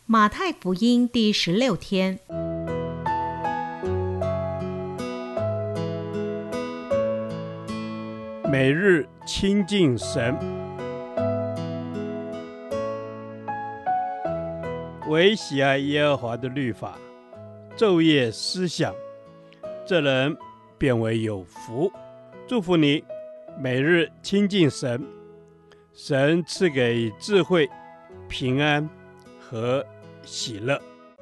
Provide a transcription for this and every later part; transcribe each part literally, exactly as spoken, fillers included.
马太福音第十六天， 每日亲近神，唯喜爱耶和华的律法，昼夜思想，这人便为有福。祝福你，每日亲近神，神赐给智慧、平安和喜乐。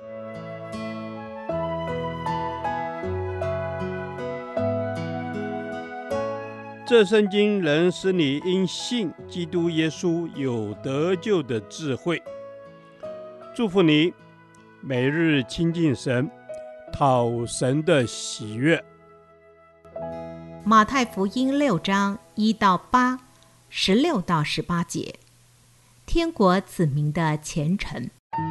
这圣经能使你因信基督耶稣有得救的智慧。祝福你，每日亲近神，讨神的喜悦。 马太福音六章一到八，十六到十八节，天国子民的虔诚。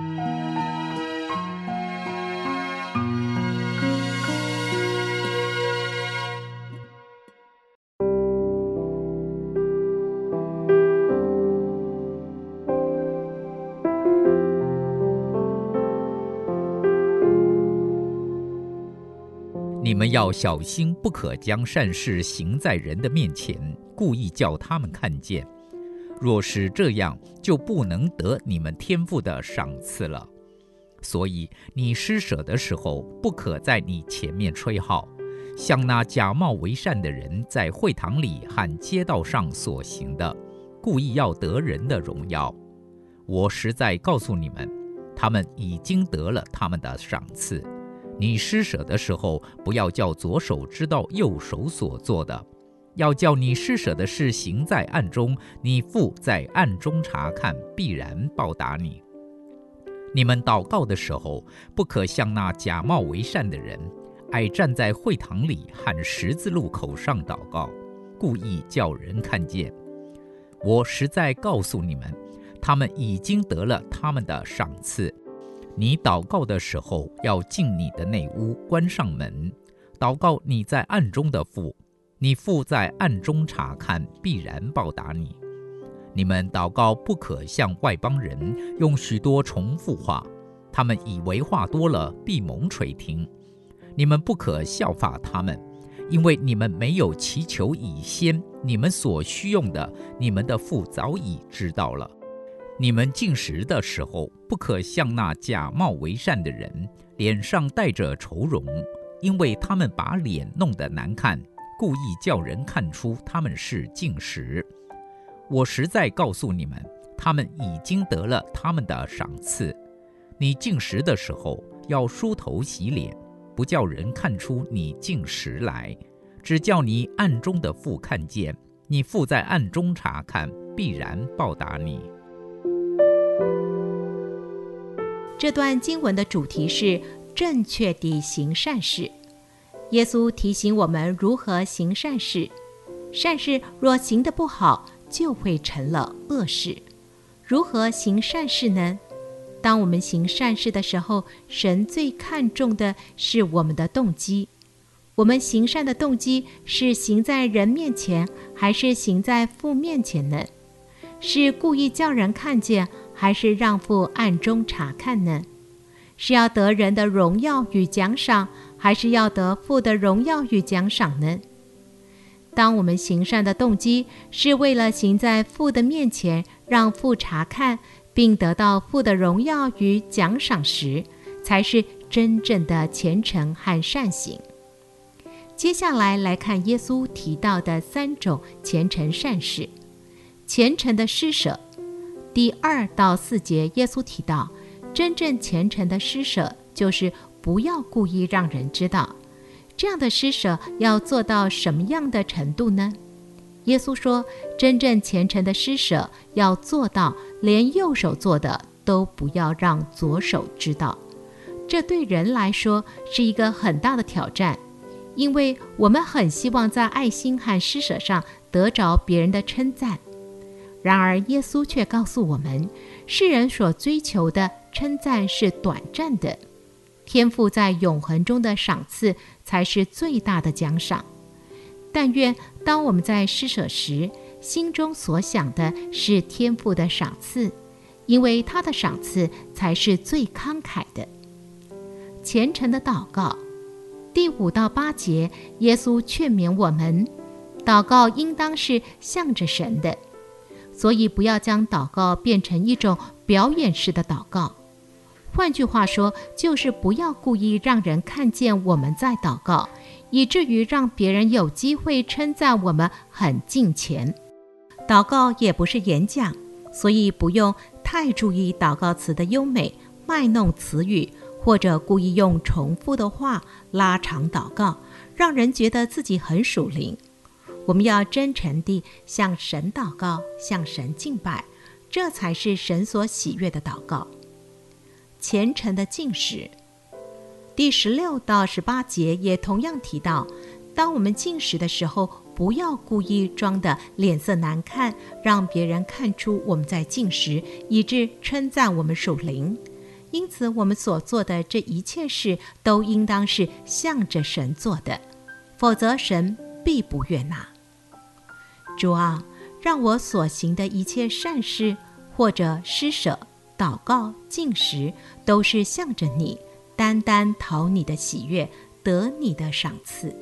你们要小心，不可将善事行在人的面前，故意叫他们看见。若是这样，就不能得你们天父的赏赐了。所以你施舍的时候，不可在你前面吹号，像那假冒为善的人在会堂里和街道上所行的，故意要得人的荣耀。我实在告诉你们，他们已经得了他们的赏赐。你施舍的时候，不要叫左手知道右手所做的，要叫你施舍的事行在暗中，你父在暗中查看，必然报答你。你们祷告的时候，不可像那假冒为善的人，爱站在会堂里和十字路口上祷告，故意叫人看见。我实在告诉你们，他们已经得了他们的赏赐。你祷告的时候，要进你的内屋，关上门，祷告你在暗中的父，你父在暗中查看，必然报答你。你们祷告不可像外邦人，用许多重复话，他们以为话多了，必蒙垂听。你们不可效法他们，因为你们没有祈求以先，你们所需用的，你们的父早已知道了。你们进食的时候，不可像那假冒为善的人，脸上带着愁容，因为他们把脸弄得难看，故意叫人看出他们是进食。我实在告诉你们，他们已经得了他们的赏赐。你进食的时候，要梳头洗脸，不叫人看出你进食来，只叫你暗中的父看见，你父在暗中查看，必然报答你。 这段经文的主题是正确地行善事。耶稣提醒我们如何行善事，善事若行得不好，就会成了恶事。如何行善事呢？当我们行善事的时候，神最看重的是我们的动机。我们行善的动机是行在人面前，还是行在父面前呢？是故意叫人看见，还是让父暗中查看呢？是要得人的荣耀与奖赏，还是要得父的荣耀与奖赏呢？当我们行善的动机是为了行在父的面前，让父查看，并得到父的荣耀与奖赏时，才是真正的虔诚和善行。接下来来看耶稣提到的三种虔诚善事。虔诚的施舍，第二到四节，耶稣提到，真正虔诚的施舍就是不要故意让人知道。这样的施舍要做到什么样的程度呢？耶稣说，真正虔诚的施舍要做到连右手做的都不要让左手知道。这对人来说是一个很大的挑战，因为我们很希望在爱心和施舍上得着别人的称赞。然而耶稣却告诉我们，世人所追求的称赞是短暂的，天父在永恒中的赏赐才是最大的奖赏。但愿当我们在施舍时，心中所想的是天父的赏赐， 因为他的赏赐才是最慷慨的。虔诚的祷告，第五到八节，耶稣劝勉我们，祷告应当是向着神的，所以不要将祷告变成一种表演式的祷告。换句话说，就是不要故意让人看见我们在祷告，以至于让别人有机会称赞我们很敬虔。祷告也不是演讲，所以不用太注意祷告词的优美，卖弄词语，或者故意用重复的话拉长祷告，让人觉得自己很属灵。我们要真诚地向神祷告，向神敬拜，这才是神所喜悦的祷告。虔诚的禁食，第十六到十八节也同样提到，当我们禁食的时候，不要故意装的脸色难看，让别人看出我们在禁食，以致称赞我们属灵。因此我们所做的这一切事都应当是向着神做的，否则神必不悦纳。主啊，让我所行的一切善事，或者施舍、祷告、禁食，都是向着你，单单讨你的喜悦，得你的赏赐。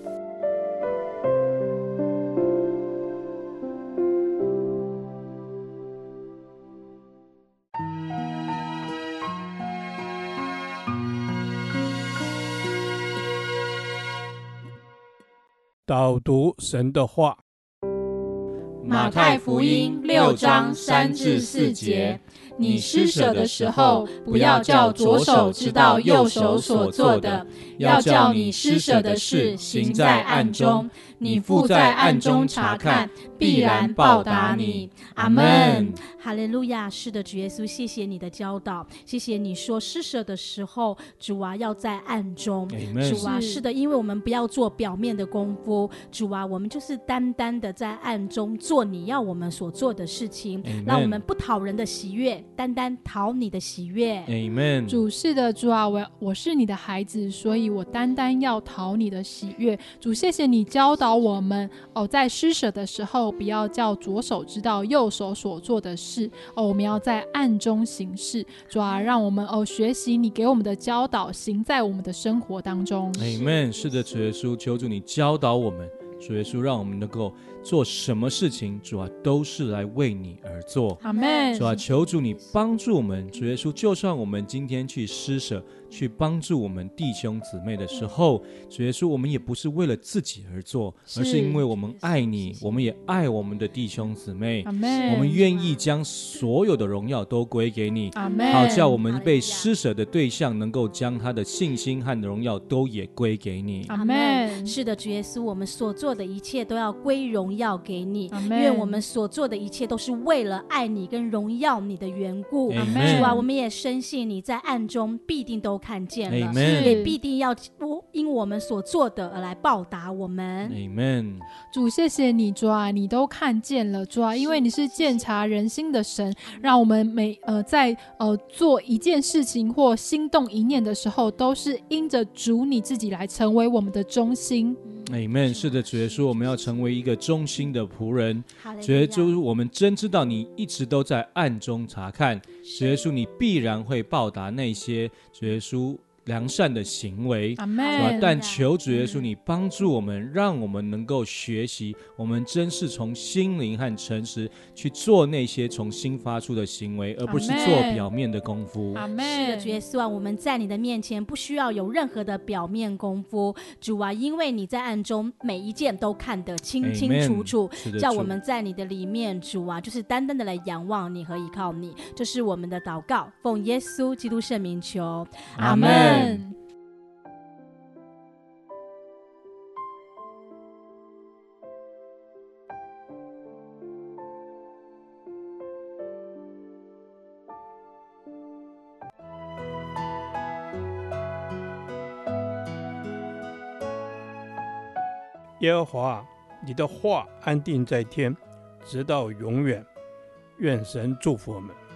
导读神的话， 马太福音六章三至四节，你施舍的时候，不要叫左手知道右手所做的，要叫你施舍的事行在暗中，你父在暗中查看，必然报答你。阿们。 哈利路亚！是的，主耶稣，谢谢你的教导，谢谢你说施舍的时候，主啊要在暗中。主啊，是的，因为我们不要做表面的功夫，主啊，我们就是单单的在暗中做你要我们所做的事情，让我们不讨人的喜悦，单单讨你的喜悦。 Amen。主是的，主啊，我我是你的孩子，所以我单单要讨你的喜悦。主，谢谢你教导我们哦，在施舍的时候，不要叫左手知道右手所做的事哦，我们要在暗中行事。主啊，让我们哦学习你给我们的教导，行在我们的生活当中。 Amen。是的，主耶稣，求主你教导我们。主耶稣，让我们能够做什么事情，主啊，都是来为你而做。 阿们。 主啊，求主你帮助我们。主耶稣，就算我们今天去施舍，去帮助我们弟兄姊妹的时候，主耶稣，我们也不是为了自己而做，而是因为我们爱你，我们也爱我们的弟兄姊妹。 阿们。 我们愿意将所有的荣耀都归给你。 阿们。 好叫我们被施舍的对象能够将他的信心和荣耀都也归给你。 阿们。是的，主耶稣，我们所做的一切都要归荣耀给你，愿我们所做的一切都是为了爱你跟荣耀你的缘故。主啊，我们也深信你在暗中必定都看见了，也必定要因我们所做的而来报答我们。 Amen。 主，谢谢你，主啊，你都看见了，主啊，因为你是鉴察人心的神，让我们每呃在呃做一件事情或心动一念的时候，都是因着主你自己来成为我们的中心。 Amen。 是的，主耶稣，我们要成为一个忠心的仆人。主耶稣，我们真知道你一直都在暗中查看，主耶稣，你必然会报答那些主耶稣良善的行为。 阿们。 但求主耶稣你帮助我们，让我们能够学习，我们真是从心灵和诚实去做那些从心发出的行为，而不是做表面的功夫。 阿们。 是的，主耶稣啊，我们在你的面前不需要有任何的表面功夫，主啊，因为你在暗中每一件都看得清清楚楚，叫我们在你的里面，主啊，就是单单的来仰望你和依靠你。这是我们的祷告，奉耶稣基督圣名求， 阿们。 耶和华，你的话安定在天，直到永远。愿神祝福我们。